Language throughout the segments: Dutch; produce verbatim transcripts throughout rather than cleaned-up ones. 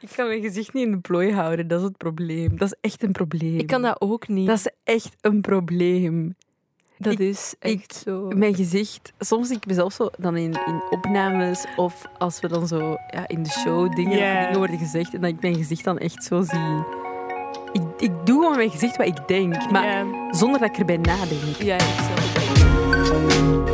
Ik kan mijn gezicht niet in de plooi houden, dat is het probleem. Dat is echt een probleem. Ik kan dat ook niet. Dat is echt een probleem. Dat ik, is echt ik, zo. Mijn gezicht... Soms zie ik mezelf zo dan in, in opnames of als we dan zo ja, in de show dingen, Yeah. dingen worden gezegd en dat ik mijn gezicht dan echt zo zie. Ik, ik doe gewoon met mijn gezicht wat ik denk, maar Ja. zonder dat ik erbij nadenk. Ja, ik snap het echt.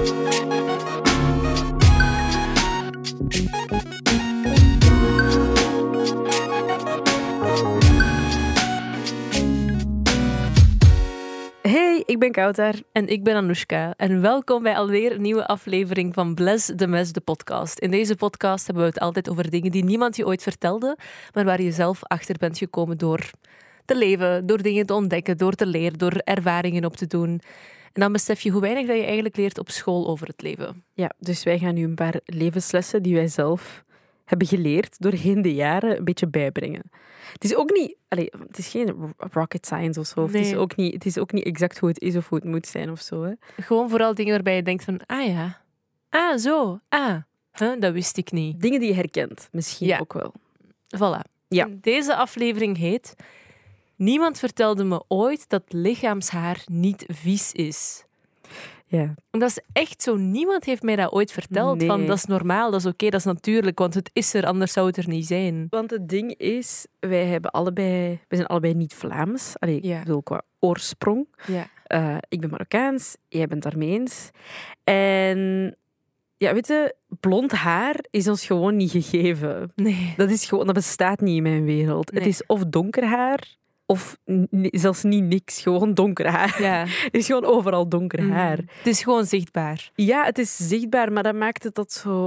Hey, ik ben Kouter. En ik ben Anoushka. En welkom bij alweer een nieuwe aflevering van Bless the Mess, de podcast. In deze podcast hebben we het altijd over dingen die niemand je ooit vertelde, maar waar je zelf achter bent gekomen door te leven, door dingen te ontdekken, door te leren, door ervaringen op te doen. En dan besef je hoe weinig dat je eigenlijk leert op school over het leven. Ja, dus wij gaan nu een paar levenslessen die wij zelf hebben geleerd doorheen de jaren een beetje bijbrengen. Het is ook niet... Allez, het is geen rocket science of zo. Of Nee. Het, is ook niet, het is ook niet exact hoe het is of hoe het moet zijn of zo. Hè. Gewoon vooral dingen waarbij je denkt van, ah ja, ah zo, ah, huh, dat wist ik niet. Dingen die je herkent, misschien Ja. ook wel. Voilà. Ja. Deze aflevering heet Niemand vertelde me ooit dat lichaamshaar niet vies is. Ja. En dat is echt zo. Niemand heeft mij dat ooit verteld. Nee. Van, dat is normaal, dat is oké, dat is natuurlijk, want het is er, anders zou het er niet zijn. Want het ding is, wij hebben allebei... We zijn allebei niet Vlaams. Allee, Ja. ik bedoel qua oorsprong. Ja. Uh, ik ben Marokkaans, jij bent Armeens. En... Ja, weet je, blond haar is ons gewoon niet gegeven. Nee. Dat, is gewoon, dat bestaat niet in mijn wereld. Nee. Het is of donker haar, of n- zelfs niet niks. Gewoon donker haar. Ja. Het is gewoon overal donker haar. Mm. Het is gewoon zichtbaar. Ja, het is zichtbaar, maar dat maakt het dat zo...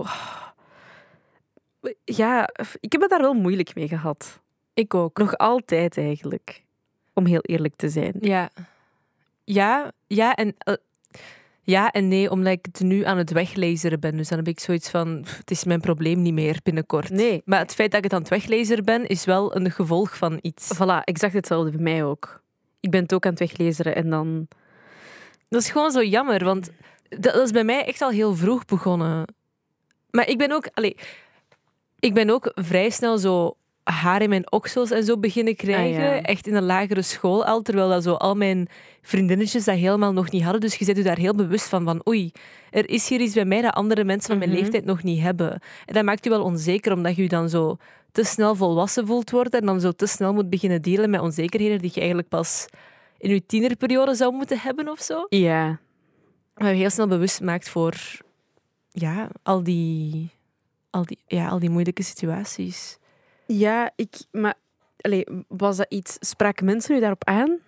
Ja, ik heb het daar wel moeilijk mee gehad. Ik ook. Nog altijd eigenlijk. Om heel eerlijk te zijn. Ja. Ja, ja en... uh, ja en nee, omdat ik het nu aan het weglezen ben. Dus dan heb ik zoiets van, pff, het is mijn probleem niet meer binnenkort. Nee. Maar het feit dat ik het aan het weglezen ben, is wel een gevolg van iets. Voilà, exact hetzelfde bij mij ook. Ik ben het ook aan het weglezen en dan... Dat is gewoon zo jammer, want dat, dat is bij mij echt al heel vroeg begonnen. Maar ik ben ook... Allee, ik ben ook vrij snel zo haar in mijn oksels en zo beginnen krijgen. Ah, ja. Echt in een lagere school al, terwijl dat zo al mijn vriendinnetjes dat helemaal nog niet hadden. Dus je bent je daar heel bewust van, van oei, er is hier iets bij mij dat andere mensen van mijn Mhm. leeftijd nog niet hebben. En dat maakt je wel onzeker, omdat je je dan zo te snel volwassen voelt worden en dan zo te snel moet beginnen dealen met onzekerheden die je eigenlijk pas in je tienerperiode zou moeten hebben of zo. Ja. Maar je heel snel bewust maakt voor ja, al, die, al, die, ja, al die moeilijke situaties. Ja, ik... Maar... Allee, was dat iets... Spraken mensen u daarop aan?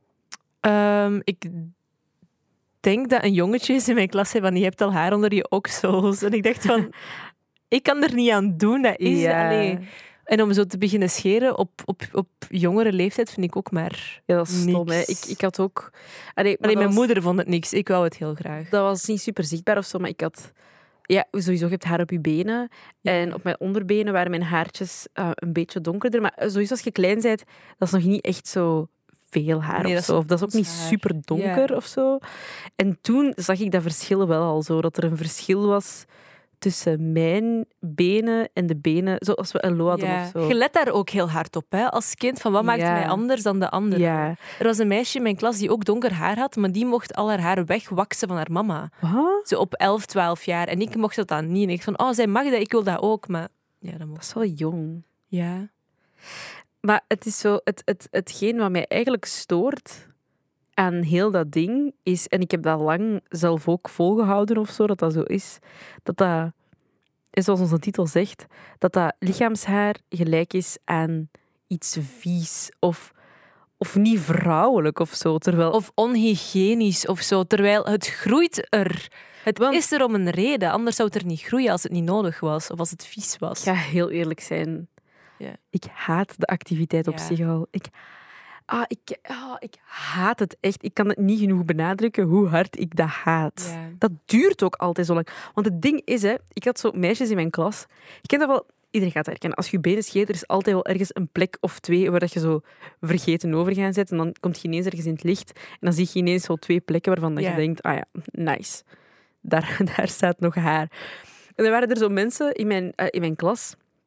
Um, ik denk dat een jongetje is in mijn klas zei van je hebt al haar onder je oksels. En ik dacht van, ik kan er niet aan doen. Dat is Ja. allee. En om zo te beginnen scheren op, op, op jongere leeftijd vind ik ook maar Ja, dat is stom. niks. Hè. Ik, ik had ook... Allee, maar Allee, mijn dat was- moeder vond het niks. Ik wou het heel graag. Dat was niet super zichtbaar of zo, maar ik had... Ja, sowieso, je hebt haar op je benen. En op mijn onderbenen waren mijn haartjes uh, een beetje donkerder. Maar sowieso, als je klein bent, dat is nog niet echt zo veel haar Nee, of dat is zo. Of dat is ook niet haar. super donker Ja. of zo. En toen zag ik dat verschil wel al zo. Dat er een verschil was tussen mijn benen en de benen... Zoals we een lo hadden Ja. of zo. Je let daar ook heel hard op, hè? Als kind, van wat maakt Ja. mij anders dan de andere? Ja. Er was een meisje in mijn klas die ook donker haar had, maar die mocht al haar haar wegwaksen van haar mama. Wat? Zo op elf, twaalf jaar. En ik mocht dat dan niet. En ik van, oh, zij mag dat, ik wil dat ook. Maar ja, dat Dat mocht. is wel jong. Ja. Maar het is zo... Het, het, hetgeen wat mij eigenlijk stoort aan heel dat ding is... En ik heb dat lang zelf ook volgehouden of zo, dat dat zo is. Dat dat, en zoals onze titel zegt, dat dat lichaamshaar gelijk is aan iets vies of, of niet vrouwelijk of zo. Terwijl... Of onhygiënisch of zo. Terwijl het groeit er. Het Want- is er om een reden. Anders zou het er niet groeien als het niet nodig was. Of als het vies was. Ik ga heel eerlijk zijn. Ja. Ik haat de activiteit op Ja. zich al. Ik, ah, ik, ah, ik haat het echt. Ik kan het niet genoeg benadrukken hoe hard ik dat haat. Ja. Dat duurt ook altijd zo lang. Want het ding is, hè, ik had zo meisjes in mijn klas. Je kent dat wel, iedereen gaat dat herkennen. Als je je benen scheert, er is altijd wel ergens een plek of twee waar dat je zo vergeten over gaat zetten. En dan komt je ineens ergens in het licht. En dan zie je ineens zo twee plekken waarvan dat Ja. je denkt, ah ja, nice. Daar, daar staat nog haar. En dan waren er zo mensen in mijn, uh, in mijn klas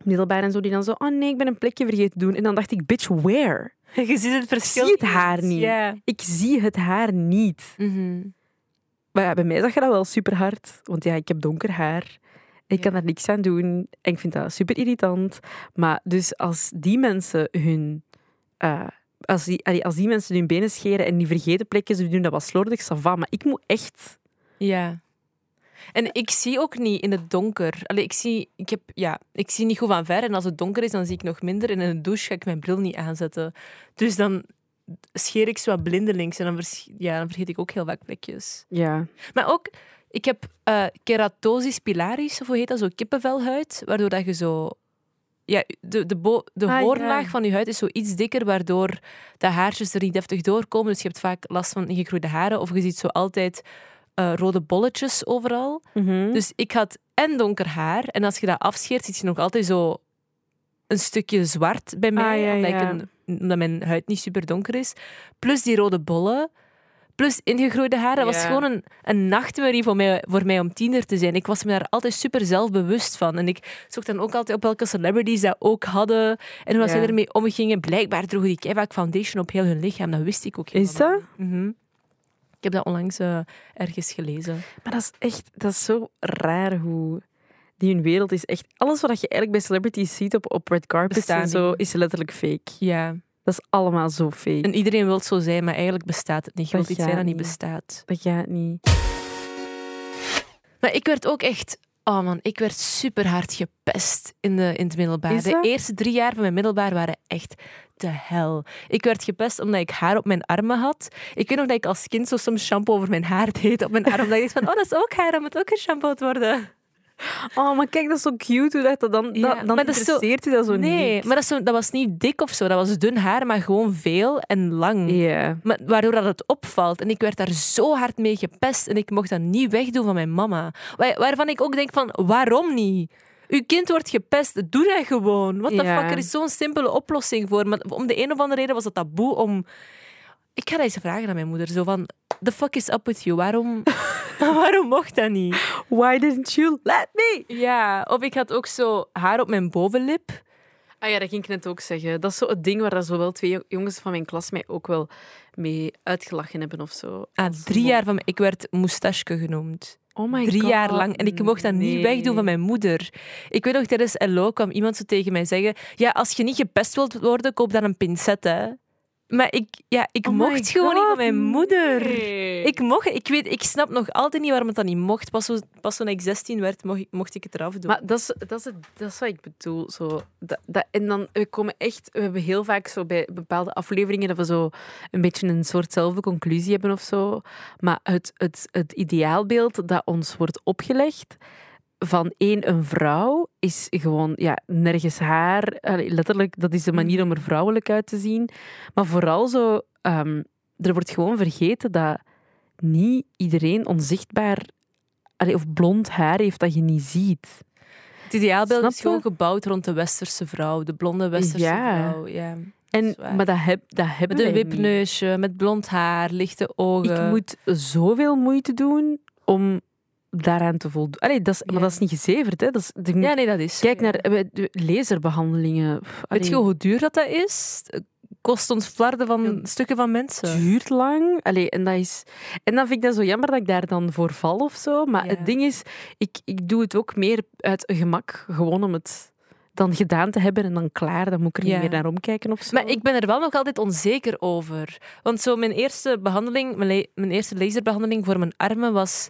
middelbaar en zo, die dan zo, oh nee, ik ben een plekje vergeten te doen. En dan dacht ik, bitch, where? Je ziet het verschil. Ik zie het haar niet. Ja. Ik zie het haar niet. Mm-hmm. Maar ja, bij mij zag je dat wel super hard. Want ja, ik heb donker haar. Ik Ja. kan daar niks aan doen. En ik vind dat super irritant. Maar dus als die mensen hun... Uh, als, die, allee, als die mensen hun benen scheren en die vergeten plekjes, ze doen dat wat slordig, ça va. Maar ik moet echt... Ja. En ik zie ook niet in het donker. Allee, ik, zie, ik, heb, ja, ik zie niet goed van ver. En als het donker is, dan zie ik nog minder. En in de douche ga ik mijn bril niet aanzetten. Dus dan scheer ik zo wat blindelings. En dan, vers, ja, dan vergeet ik ook heel vaak plekjes. Ja. Maar ook, ik heb uh, keratosis pilaris, of hoe heet dat, zo kippenvelhuid. Waardoor dat je zo... Ja, de, de, bo- de ah, hoornlaag ja. van je huid is zo iets dikker, waardoor de haartjes er niet deftig doorkomen. Dus je hebt vaak last van ingegroeide haren. Of je ziet zo altijd uh, rode bolletjes overal. Mm-hmm. Dus ik had en donker haar. En als je dat afscheert, zie je nog altijd zo een stukje zwart bij mij. Ah, ja, omdat, ja. ik een, omdat mijn huid niet super donker is. Plus die rode bollen. Plus ingegroeide haar. Dat was Ja. gewoon een, een nachtmerrie voor mij, voor mij om tiener te zijn. Ik was me daar altijd super zelfbewust van. En ik zocht dan ook altijd op welke celebrities dat ook hadden. En hoe Ja. zij ermee omgingen. Blijkbaar droegen die keivaak foundation op heel hun lichaam. Dat wist ik ook helemaal. Is dat? Mm-hmm. Ik heb dat onlangs uh, ergens gelezen. Maar dat is echt... Dat is zo raar hoe... Die hun wereld is echt... Alles wat je eigenlijk bij celebrities ziet op, op red carpets Bestaat en zo, niet. is letterlijk fake. Ja. Dat is allemaal zo fake. En iedereen wil het zo zijn, maar eigenlijk bestaat het niet. Je Dat wilt iets zijn gaat dat niet niet. bestaat. Dat gaat niet. Maar ik werd ook echt... Oh man, ik werd super hard gepest in, de, in het middelbaar. Is De dat? eerste drie jaar van mijn middelbaar waren echt de hel. Ik werd gepest omdat ik haar op mijn armen had. Ik weet nog dat ik als kind zo soms shampoo over mijn haar deed op mijn arm. Dat ik dacht van, oh, dat is ook haar, dat moet ook geshampooed worden. Oh, maar kijk, dat is zo cute hoe dat, dat dan, Ja, dat, dan maar dat is zo- interesseert u dat zo Nee, niet. maar dat, is zo, dat was niet dik of zo. Dat was dun haar, maar gewoon veel en lang. Ja. Maar waardoor dat het opvalt. En ik werd daar zo hard mee gepest. En ik mocht dat niet wegdoen van mijn mama. Waar, waarvan ik ook denk van, waarom niet? Uw kind wordt gepest, doe dat gewoon. What the Ja. fuck, er is zo'n simpele oplossing voor. Maar om de een of andere reden was het taboe om... Ik ga dat eens vragen aan mijn moeder. Zo van, the fuck is up with you? Waarom, waarom mocht dat niet? Why didn't you let me? Ja, of ik had ook zo haar op mijn bovenlip. Ah ja, dat ging ik net ook zeggen. Dat is zo het ding waar dat zowel twee jongens van mijn klas mij ook wel mee uitgelachen hebben of zo. Ah, Als drie mo- jaar van mij. Ik werd moustache genoemd. Oh my Drie god. jaar lang. En ik mocht dat niet Nee. wegdoen van mijn moeder. Ik weet nog, tijdens L O kwam iemand zo tegen mij zeggen... Ja, als je niet gepest wilt worden, koop dan een pincet, hè. Maar ik, ja, ik Oh my mocht gewoon niet van god, mijn moeder. nee. Ik mocht... Ik weet, ik snap nog altijd niet waarom het dat niet mocht. Pas, zo, pas toen ik zestien werd, mocht, ik- mocht ik het eraf doen. Maar dat is, dat, is het, dat is wat ik bedoel. Zo, dat, dat, en dan, we komen echt... We hebben heel vaak zo bij bepaalde afleveringen dat we zo een beetje een soortzelfde conclusie hebben of zo. Maar het, het, het ideaalbeeld dat ons wordt opgelegd van één, een vrouw is gewoon ja, nergens haar. Allee, letterlijk, dat is de manier om er vrouwelijk uit te zien. Maar vooral zo... ehm, er wordt gewoon vergeten dat niet iedereen onzichtbaar... allee, of blond haar heeft dat je niet ziet. Het ideaalbeeld Snap is je? gewoon gebouwd rond de westerse vrouw. De blonde westerse Ja. vrouw. Ja. En, Zwaar. maar dat, heb, dat hebben Met een wij niet. wipneusje, met blond haar, lichte ogen. Ik moet zoveel moeite doen om daaraan te voldoen. Allee, dat is, Ja. Maar dat is niet gezeverd. Hè. Dat is, de- Ja, nee, dat is zo, Kijk ja. naar eh, de laserbehandelingen. Pff, Weet je allee, hoe duur dat, dat is? Het kost ons flarden van Ja. stukken van het mensen. duurt lang. Allee, en, dat is, en dan vind ik dat zo jammer dat ik daar dan voor val of zo. Maar Ja. het ding is, ik, ik doe het ook meer uit gemak. Gewoon om het dan gedaan te hebben en dan klaar. Dan moet ik er Ja. niet meer naar omkijken of zo. Maar ik ben er wel nog altijd onzeker over. Want zo mijn eerste behandeling, mijn, le- mijn eerste laserbehandeling voor mijn armen was...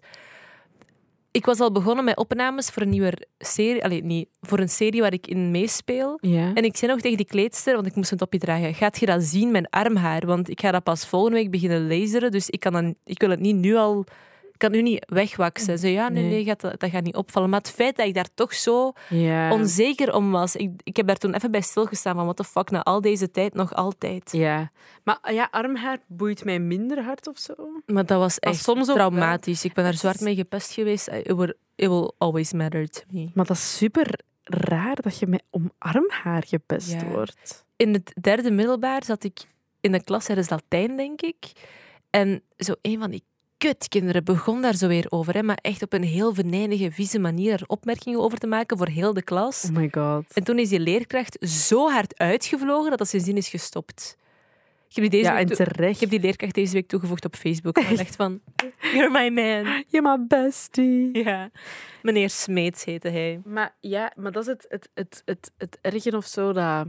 Ik was al begonnen met opnames voor een nieuwe serie. Allee, niet, voor een serie waar ik in meespeel. Ja. En ik zei nog tegen die kleedster, want ik moest een topje dragen, gaat je dat zien, mijn armhaar? Want ik ga dat pas volgende week beginnen laseren, dus ik, kan dan, ik wil het niet nu al... Ik kan nu niet wegwaksen. Ze zei, ja, nee, Nee. nee, gaat, dat, dat gaat niet opvallen. Maar het feit dat ik daar toch zo Ja. onzeker om was, ik, ik heb daar toen even bij stilgestaan van, what the fuck, na al deze tijd nog altijd. Ja. Maar ja, armhaar boeit mij minder hard of zo. Maar dat was Maar echt soms ook traumatisch. Ik ben daar Het zwart is- mee gepest geweest. It will, it will always matter to me. Maar dat is super raar dat je met om armhaar gepest Ja. wordt. In het derde middelbaar zat ik in de klas tijdens Latijn, denk ik. En zo een van die kutkinderen begon daar zo weer over. Hè, maar echt op een heel venijnige, vieze manier er opmerkingen over te maken voor heel de klas. Oh my god. En toen is die leerkracht zo hard uitgevlogen dat dat sindsdien is gestopt. Ik heb die, deze Ja, week en toe- terecht. ik heb die leerkracht deze week toegevoegd op Facebook. Ik dacht van, you're my man. You're my bestie. Ja. Meneer Smeets heette hij. Maar ja, maar dat is het, het, het, het, het ergen of zo dat...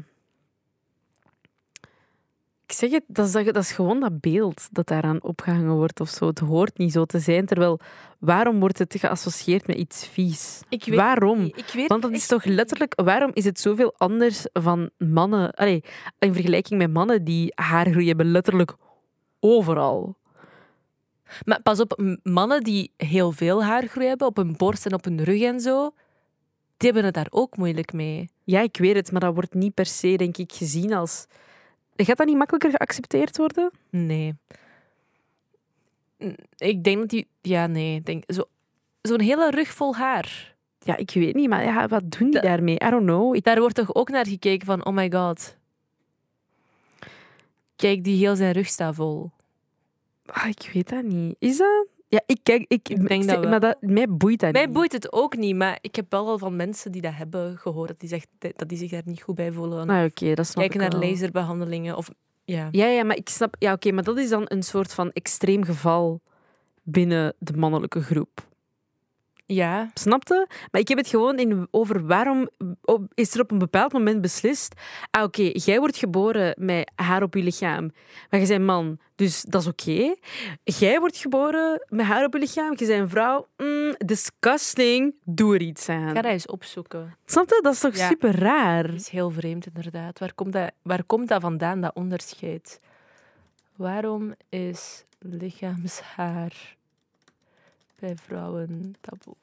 Ik zeg het, dat is, dat, dat is gewoon dat beeld dat daaraan opgehangen wordt of zo. Het hoort niet zo te zijn, terwijl waarom wordt het geassocieerd met iets vies? Ik weet, Waarom? Ik weet Want dat is echt toch letterlijk... Waarom is het zoveel anders van mannen... Allee, in vergelijking met mannen die haargroei hebben letterlijk overal. Maar pas op, m- mannen die heel veel haargroei hebben, op hun borst en op hun rug en zo, die hebben het daar ook moeilijk mee. Ja, ik weet het, maar dat wordt niet per se, denk ik, gezien als... Gaat dat niet makkelijker geaccepteerd worden? Nee. N- Ik denk dat die... Ja, nee. ik Denk, zo, zo'n hele rug vol haar. Ja, ik weet niet, maar ja, wat doen die Da- daarmee? I don't know. Ik... Daar wordt toch ook naar gekeken van, oh my god. Kijk, die heel zijn rug staat vol. Ah, ik weet dat niet. Is dat? Ja, ik kijk... Ik, Ik denk dat wel. Maar dat, mij boeit dat Mij niet. boeit het ook niet, maar ik heb wel al van mensen die dat hebben gehoord, dat die, zegt, dat die zich daar niet goed bij voelen. Ah, oké, dat snap Kijken ik naar wel. laserbehandelingen of... Ja. Ja, ja, maar ik snap... Ja, oké, maar dat is dan een soort van extreem geval binnen de mannelijke groep. Ja. Snapte? Maar ik heb het gewoon in, over waarom op, is er op een bepaald moment beslist. Ah, oké, jij wordt geboren met haar op je lichaam, maar je bent man, dus dat is oké. Jij wordt geboren met haar op je lichaam, je bent een vrouw. Mm, disgusting, doe er iets aan. Ga dat eens opzoeken. Snapte? Dat is toch Ja. super raar? Dat is heel vreemd, inderdaad. Waar komt dat, waar komt dat vandaan, dat onderscheid? Waarom is lichaamshaar bij vrouwen taboe?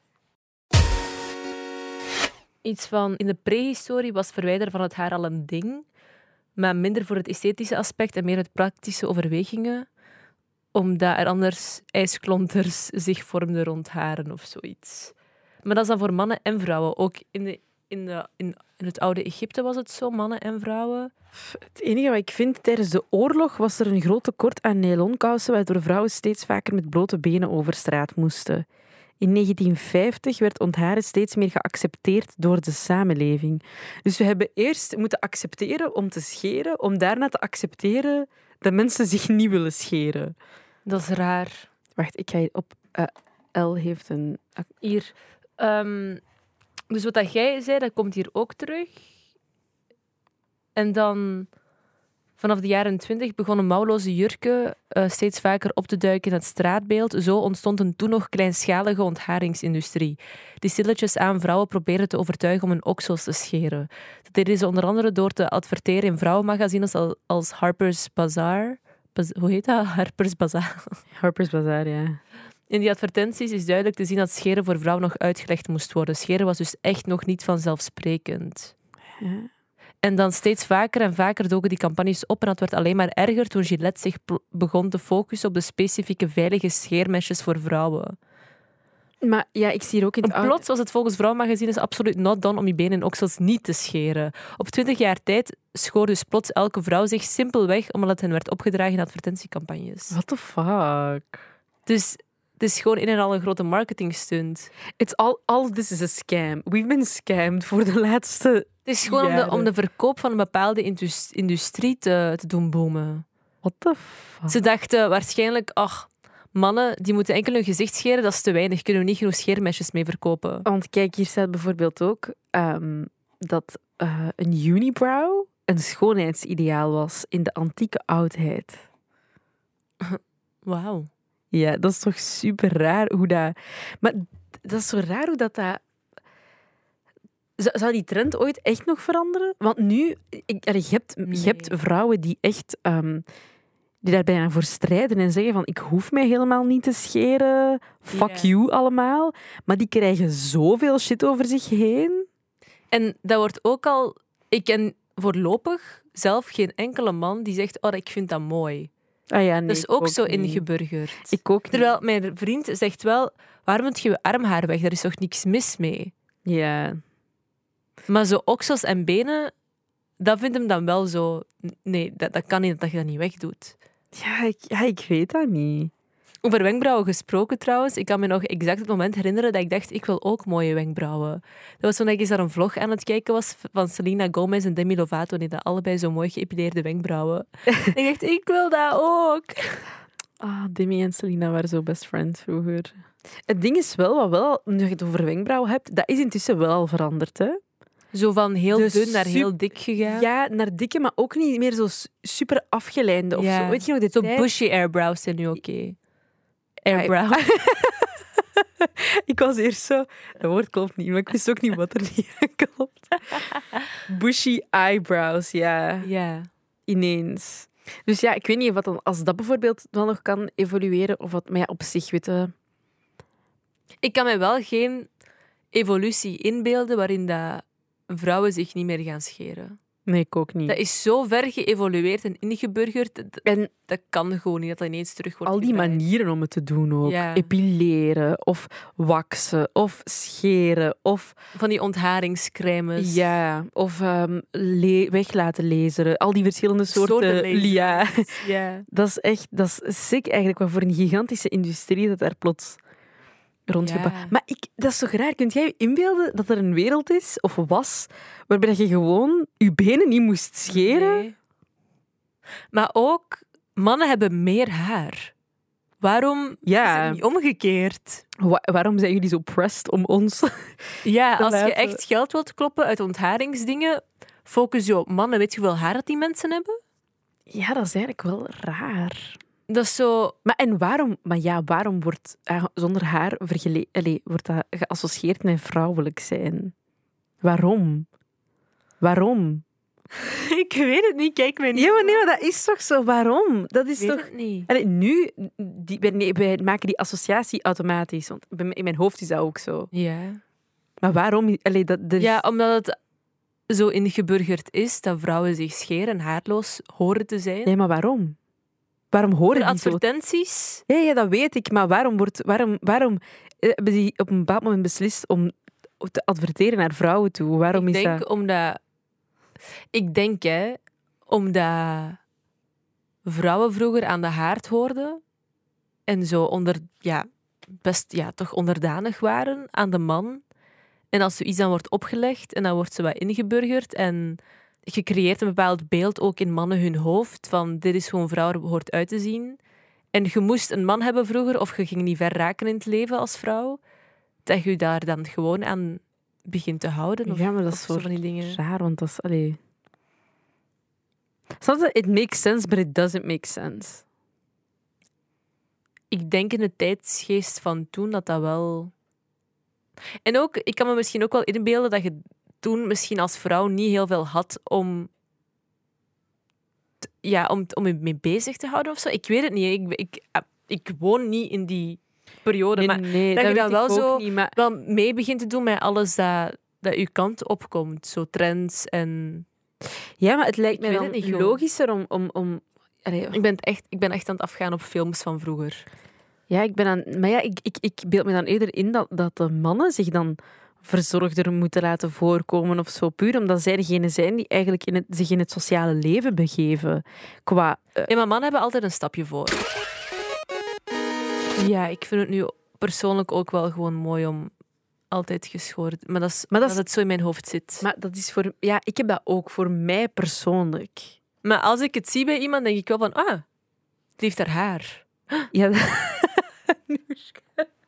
Iets van, in de prehistorie was verwijderen van het haar al een ding, maar minder voor het esthetische aspect en meer het praktische overwegingen, omdat er anders ijsklonters zich vormden rond haren of zoiets. Maar dat is dan voor mannen en vrouwen. Ook in, de, in, de, in, in het oude Egypte was het zo, mannen en vrouwen. Het enige wat ik vind, tijdens de oorlog was er een groot tekort aan nylonkousen, waardoor vrouwen steeds vaker met blote benen over straat moesten. In negentien vijftig werd ontharen steeds meer geaccepteerd door de samenleving. Dus we hebben eerst moeten accepteren om te scheren, om daarna te accepteren dat mensen zich niet willen scheren. Dat is raar. Wacht, ik ga hier op... Uh, L heeft een... Hier. Um, dus wat dat jij zei, dat komt hier ook terug. En dan... Vanaf de jaren twintig begonnen mouwloze jurken uh, steeds vaker op te duiken in het straatbeeld. Zo ontstond een toen nog kleinschalige ontharingsindustrie, die stilletjes aan vrouwen probeerde te overtuigen om hun oksels te scheren. Dat deden ze onder andere door te adverteren in vrouwenmagazines als, als Harper's Bazaar. Baz- hoe heet dat? Harper's Bazaar. Harper's Bazaar, ja. In die advertenties is duidelijk te zien dat scheren voor vrouwen nog uitgelegd moest worden. Scheren was dus echt nog niet vanzelfsprekend. Ja. En dan steeds vaker en vaker doken die campagnes op en dat werd alleen maar erger toen Gillette zich pl- begon te focussen op de specifieke veilige scheermesjes voor vrouwen. Maar ja, ik zie hier ook in het En plots was het volgens vrouwenmagazines absoluut not done om je benen en oksels niet te scheren. Op twintig jaar tijd schoor dus plots elke vrouw zich simpelweg omdat het hen werd opgedragen in advertentiecampagnes. What the fuck? Dus het is gewoon in en al een grote marketingstunt. It's all, all this is a scam. We've been scammed voor de laatste... Het is gewoon om de, jaren. om de verkoop van een bepaalde indus- industrie te, te doen boomen. What the fuck? Ze dachten waarschijnlijk, ach, mannen die moeten enkel hun gezicht scheren, dat is te weinig. Kunnen we niet genoeg scheermesjes mee verkopen? Want kijk, hier staat bijvoorbeeld ook um, dat uh, een unibrow een schoonheidsideaal was in de antieke oudheid. Wauw. Ja, dat is toch super raar hoe dat... Maar dat is zo raar hoe dat... dat... Zou zou die trend ooit echt nog veranderen? Want nu, ik, allee, je, hebt, Nee. je hebt vrouwen die echt... Um, die daar bijna voor strijden en zeggen van ik hoef mij helemaal niet te scheren. Fuck Ja. you allemaal. Maar die krijgen zoveel shit over zich heen. En dat wordt ook al... Ik ken voorlopig zelf geen enkele man die zegt, oh, ik vind dat mooi. Ah ja, nee, Dat is ik ook zo niet. ingeburgerd. Ik ook niet. Terwijl mijn vriend zegt wel, waarom moet je je armhaar weg? Daar is toch niks mis mee? Ja. Maar zo oksels en benen, dat vindt hem dan wel zo... Nee, dat, dat kan niet dat je dat niet wegdoet. Ja ik, ja, ik weet dat niet. Over wenkbrauwen gesproken trouwens. Ik kan me nog exact het moment herinneren dat ik dacht, ik wil ook mooie wenkbrauwen. Dat was toen ik eens naar een vlog aan het kijken was van Selena Gomez en Demi Lovato. Die hadden allebei zo mooi geëpileerde wenkbrauwen. En ik dacht, ik wil dat ook. Ah, Demi en Selena waren zo best friends vroeger. Het ding is wel, wat wel, nu je het over wenkbrauwen hebt, dat is intussen wel al veranderd, hè? Zo van heel Dus dun naar sup- heel dik gegaan. Ja, naar dikke, maar ook niet meer zo s- super afgeleide of Ja. zo. Weet je nog, de Zo tijd- bushy eyebrows zijn nu oké. Airbrow. Ik was eerst zo... Dat woord klopt niet, maar ik wist ook niet wat er niet aan klopt. Bushy eyebrows, ja. Ja. Ineens. Dus ja, ik weet niet of dat dan, als dat bijvoorbeeld dan nog kan evolueren, of wat... Maar ja, op zich, weet je... Ik kan mij wel geen evolutie inbeelden waarin dat vrouwen zich niet meer gaan scheren. Nee, ik ook niet. Dat is zo ver geëvolueerd en ingeburgerd. Dat, En dat kan gewoon niet, dat dat ineens terug wordt al die gedraaid. manieren om het te doen ook. Ja. Epileren, of waksen, of scheren, of... Van die ontharingscrèmes. Ja, of ehm, le- weg laten laseren. Al die verschillende soorten... Soorten lasers. ja. Ja. Dat is echt... Dat is sick eigenlijk, wat voor een gigantische industrie dat daar plots rondgebouwd. Ja. Maar ik, dat is toch raar? Kunt jij je inbeelden dat er een wereld is, of was, waarbij je gewoon je benen niet moest scheren? Nee. Maar ook, mannen hebben meer haar. Waarom Ja. is het niet omgekeerd? Wa- waarom zijn jullie zo pressed om ons... Ja, te als je laten- echt geld wilt kloppen uit ontharingsdingen, focus je op mannen. Weet je hoeveel haar dat die mensen hebben? Ja, dat is eigenlijk wel raar. Dat is zo... Maar en waarom, maar ja, waarom wordt eh, zonder haar vergele- Allee, wordt dat geassocieerd met vrouwelijk zijn? Waarom? Waarom? Ik weet het niet, kijk mij niet. Ja, maar nee, maar dat is toch zo? Waarom? Dat is Ik weet toch... het niet. Allee, nu, die, wij, nee, wij maken die associatie automatisch. Want bij mij- in mijn hoofd is dat ook zo. Ja. Maar waarom? Allee, dat, er is- Ja, omdat het zo ingeburgerd is dat vrouwen zich scheren en haarloos horen te zijn. Nee, maar waarom? Waarom horen Door die zo? advertenties. Ja, ja, dat weet ik. Maar waarom, wordt, waarom, waarom eh, hebben die op een bepaald moment beslist om te adverteren naar vrouwen toe? Waarom Ik is denk dat... omdat... Ik denk, hè, omdat vrouwen vroeger aan de haard hoorden en zo onder, ja, best ja, toch onderdanig waren aan de man. En als zoiets dan wordt opgelegd en dan wordt ze wat ingeburgerd en je creëert een bepaald beeld ook in mannen hun hoofd van dit is hoe een vrouw er hoort uit te zien. En je moest een man hebben vroeger of je ging niet ver raken in het leven als vrouw, dat je je daar dan gewoon aan begint te houden. Of, Ja, maar dat of is zo zo van die dingen. raar, want dat is... Allee... Snap je? It makes sense, but it doesn't make sense. Ik denk in de tijdsgeest van toen dat dat wel... En ook, ik kan me misschien ook wel inbeelden dat je toen misschien als vrouw niet heel veel had om... t- Ja, om, om je mee bezig te houden of zo. Ik weet het niet. Ik, ik, ik woon niet in die periode, maar nee, dat je weet dan wel ik ook zo- niet, maar... wel mee begint te doen met alles dat, dat je kant opkomt. Zo trends en... Ja, maar het lijkt Ik mij weet dan het niet gewoon. logischer om... om, om... Allee, Ik ben, het echt, ik ben echt aan het afgaan op films van vroeger. ja, ik ben aan... Maar ja, ik, ik, ik beeld me dan eerder in dat, dat de mannen zich dan verzorgder moeten laten voorkomen of zo. Puur omdat zij degene zijn die eigenlijk in het, zich in het sociale leven begeven. Qua... eh, Ja, maar mannen hebben altijd een stapje voor. Ja, ik vind het nu persoonlijk ook wel gewoon mooi om altijd geschoren... Maar dat is, Maar dat dat is- het zo in mijn hoofd zit. Maar, maar dat is voor... Ja, ik heb dat ook voor mij persoonlijk. als ik het zie bij iemand, denk ik wel van... Ah, die heeft haar haar. Ja. Noeska.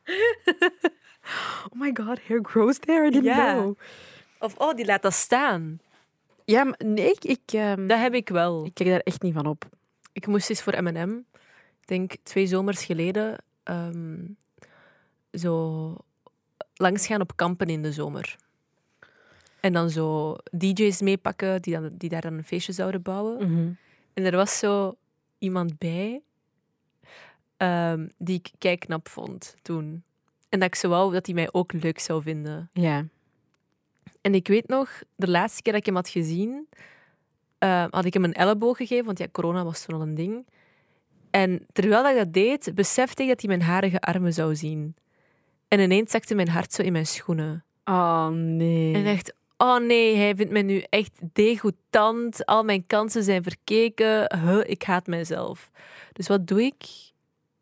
Oh my god, hair grows there. I didn't Ja. know. Of, oh, die laat dat staan. Ja, maar nee, ik, ik, ehm, Dat heb ik wel. ik kijk daar echt niet van op. Ik moest eens voor M en M, ik denk twee zomers geleden, ehm, zo langsgaan op kampen in de zomer. En dan zo D J's meepakken die, dan, die daar dan een feestje zouden bouwen. En er was zo iemand bij ehm, die ik kijkknap vond toen. En dat ik zo wou dat hij mij ook leuk zou vinden. Ja. En ik weet nog, de laatste keer dat ik hem had gezien, eh, had ik hem een elleboog gegeven, want ja, corona was toen al een ding. En terwijl ik dat deed, besefte ik dat hij mijn harige armen zou zien. En ineens zakte mijn hart zo in mijn schoenen. Oh nee. En ik dacht, oh nee, hij vindt mij nu echt degoutant. Al mijn kansen zijn verkeken. Huh, ik haat mijzelf. Dus wat doe ik?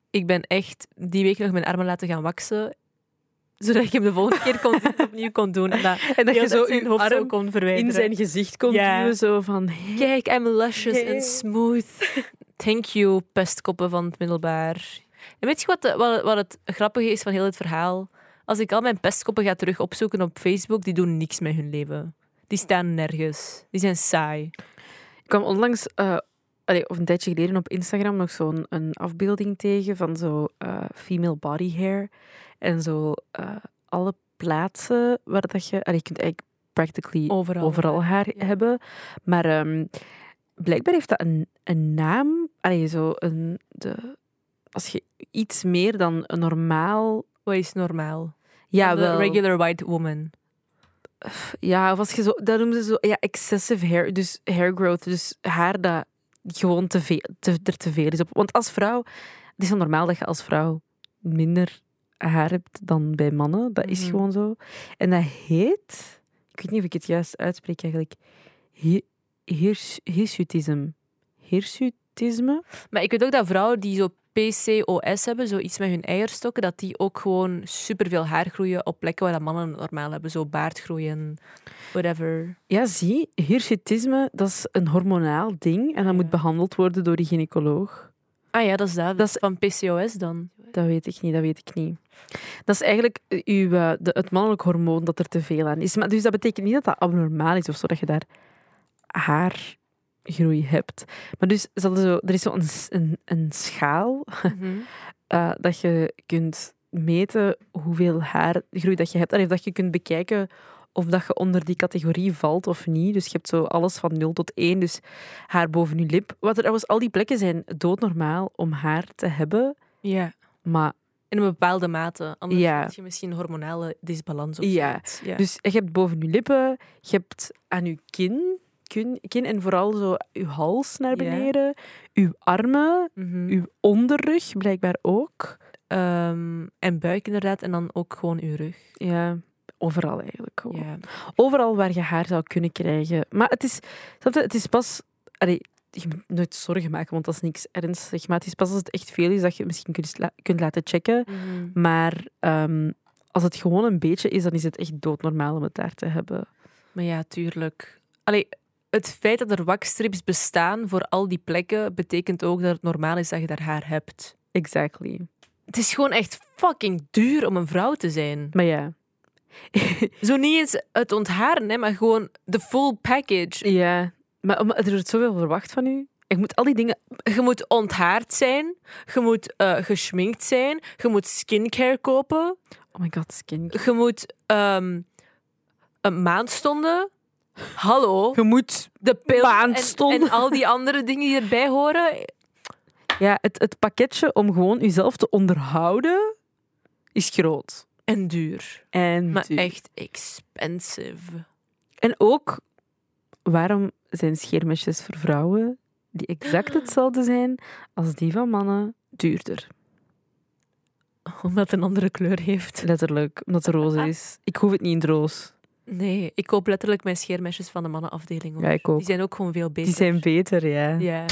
ik ben echt die week nog mijn armen laten gaan waksen, zodat ik hem de volgende keer kon, opnieuw kon doen. En dat, En dat je zo zijn je hoofd zo arm kon verwijderen. in zijn gezicht kon Ja. duwen, zo van... Hey. Kijk, I'm luscious Hey. en smooth. Thank you, pestkoppen van het middelbaar. En weet je wat, de, wat, wat het grappige is van heel het verhaal? Als ik al mijn pestkoppen ga terug opzoeken op Facebook, die doen niks met hun leven. Die staan nergens. Die zijn saai. Ik kwam onlangs, uh, allee, of een tijdje geleden op Instagram, nog zo'n een afbeelding tegen van zo uh, female body hair. En zo uh, alle plaatsen waar dat je... Allee, je kunt eigenlijk practically Overal, overal haar ja. hebben. Maar um, blijkbaar heeft dat een, een naam. Allee, zo een... De, als je iets meer dan een normaal... Wat is normaal? Ja, De wel. regular white woman. Ja, of als je zo... Dat noemen ze zo... Ja, excessive hair. Dus hair growth. Dus haar dat gewoon te veel, te, er te veel is op. Want als vrouw... Het is wel normaal dat je als vrouw minder haar hebt dan bij mannen. Dat is Mhm. gewoon zo. En dat heet... Ik weet niet of ik het juist uitspreek eigenlijk. Hi- hirs- Hirsutisme. Hirsutisme? Maar ik weet ook dat vrouwen die zo P C O S hebben, zoiets met hun eierstokken, dat die ook gewoon superveel haar groeien op plekken waar dat mannen normaal hebben. Zo baardgroei en whatever. Ja, zie. Hirsutisme, dat is een hormonaal ding. En dat Ja. moet behandeld worden door die gynaecoloog. Ah ja, dat is dat. Dat is- Van P C O S dan. Dat weet ik niet, dat weet ik niet. Dat is eigenlijk uw, eh, de, het mannelijk hormoon dat er te veel aan is. Maar, dus dat betekent niet dat dat abnormaal is of zo, dat je daar haargroei hebt. Maar dus, ze hadden zo, er is zo een, een, een schaal Mhm. uh, dat je kunt meten hoeveel haargroei dat je hebt. Allee, dat je kunt bekijken of dat je onder die categorie valt of niet. Dus je hebt zo alles van nul tot één. Dus haar boven je lip. Wat er trouwens, al die plekken zijn doodnormaal om haar te hebben. Ja. Maar In een bepaalde mate. Anders Ja. heb je misschien hormonale disbalans of Ja. zoiets. Ja. dus je hebt boven je lippen, je hebt aan je kin, kin, kin en vooral zo je hals naar Ja. beneden, je armen, Mhm. je onderrug blijkbaar ook. Ehm, en buik inderdaad. En dan ook gewoon uw rug. Ja, overal eigenlijk. Gewoon. Ja. Overal waar je haar zou kunnen krijgen. Maar het is, snap je, het is pas... Allee, je moet nooit zorgen maken, want dat is niks ernstig. Maar het is pas als het echt veel is dat je het misschien kunt, la- kunt laten checken. Mhm. Maar ehm, als het gewoon een beetje is, dan is het echt doodnormaal om het daar te hebben. Maar ja, tuurlijk. Allee, het feit dat er waxstrips bestaan voor al die plekken, betekent ook dat het normaal is dat je daar haar hebt. Exactly. Het is gewoon echt fucking duur om een vrouw te zijn. Maar ja. Zo niet eens het ontharen, hè, maar gewoon de full package. Ja. Maar om- er wordt zoveel verwacht van u. Ik moet al die dingen... Je moet onthaard zijn, je moet eh geschminkt zijn, je moet skincare kopen, Oh my god, skin. je moet ehm, een maandstonden. Hallo, Je moet... de pil en, maandstonden. en al die andere dingen die erbij horen. Ja, het, het pakketje om gewoon jezelf te onderhouden is groot. En duur. En Maar duur. echt expensive. En ook, waarom zijn scheermesjes voor vrouwen die exact hetzelfde zijn als die van mannen duurder? Omdat het een andere kleur heeft. Letterlijk, omdat het roze is. Ik hoef het niet in het roos. Nee, ik koop letterlijk mijn scheermesjes van de mannenafdeling. Hoor. Ja, ik ook. Die zijn ook gewoon veel beter. Die zijn beter, ja. Ja.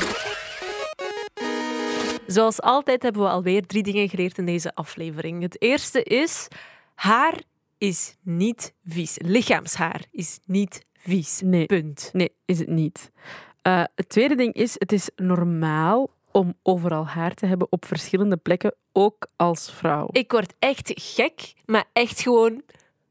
Zoals altijd hebben we alweer drie dingen geleerd in deze aflevering. Het eerste is, haar is niet vies. Lichaamshaar is niet vies. Nee. Punt. Nee, is het niet. Uh, het tweede ding is, het is normaal om overal haar te hebben op verschillende plekken, ook als vrouw. Ik word echt gek, maar echt gewoon...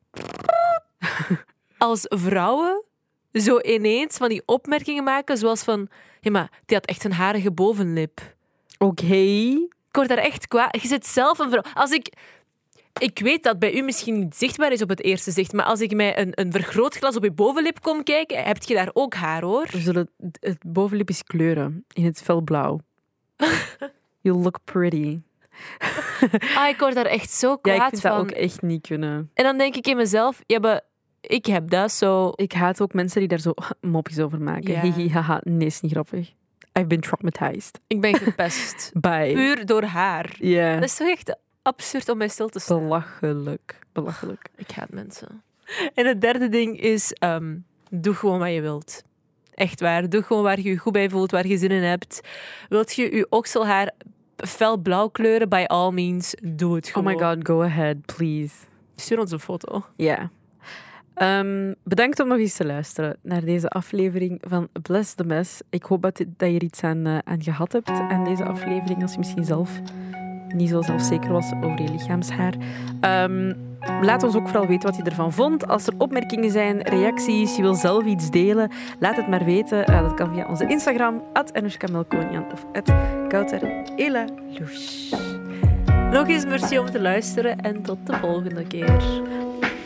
Als vrouwen zo ineens van die opmerkingen maken, zoals van... Ja, maar die had echt een harige bovenlip. Oké. Ik word daar echt kwaad. Je zit zelf een vrouw. Als ik... Ik weet dat bij u misschien niet zichtbaar is op het eerste zicht, maar als ik mij een, een vergrootglas op je bovenlip kom kijken, heb je daar ook haar, hoor. We zullen het bovenlip eens kleuren in het felblauw. You look pretty. Ah, ik word daar echt zo kwaad Ja, ik vind van. dat ook echt niet kunnen. En dan denk ik in mezelf, ja, maar ik heb dat zo... Ik haat ook mensen die daar zo mopjes over maken. Ja. Hihi, haha, nee, is niet grappig. I've been traumatized. Ik ben gepest. Bye. Puur door haar. Ja. Dat is toch echt absurd om mij stil te staan. Belachelijk. Belachelijk. Ik haat mensen. En het derde ding is, ehm, doe gewoon wat je wilt. Echt waar. Doe gewoon waar je je goed bij voelt, waar je zin in hebt. Wilt je je okselhaar fel blauw kleuren, by all means, doe het gewoon. Oh my god, go ahead, please. Stuur ons een foto. Ja. Um, bedankt om nog eens te luisteren naar deze aflevering van Bless the Mess. Ik hoop dat, dat je er iets aan, uh, aan gehad hebt aan deze aflevering, als je misschien zelf niet zo zelfzeker was over je lichaamshaar. Um, laat ons ook vooral weten wat je ervan vond. Als er opmerkingen zijn, reacties, je wil zelf iets delen, laat het maar weten. Uh, dat kan via onze Instagram, at Anoushka Melkonian of at Kouter Elalouche. Nog eens merci om te luisteren en tot de volgende keer.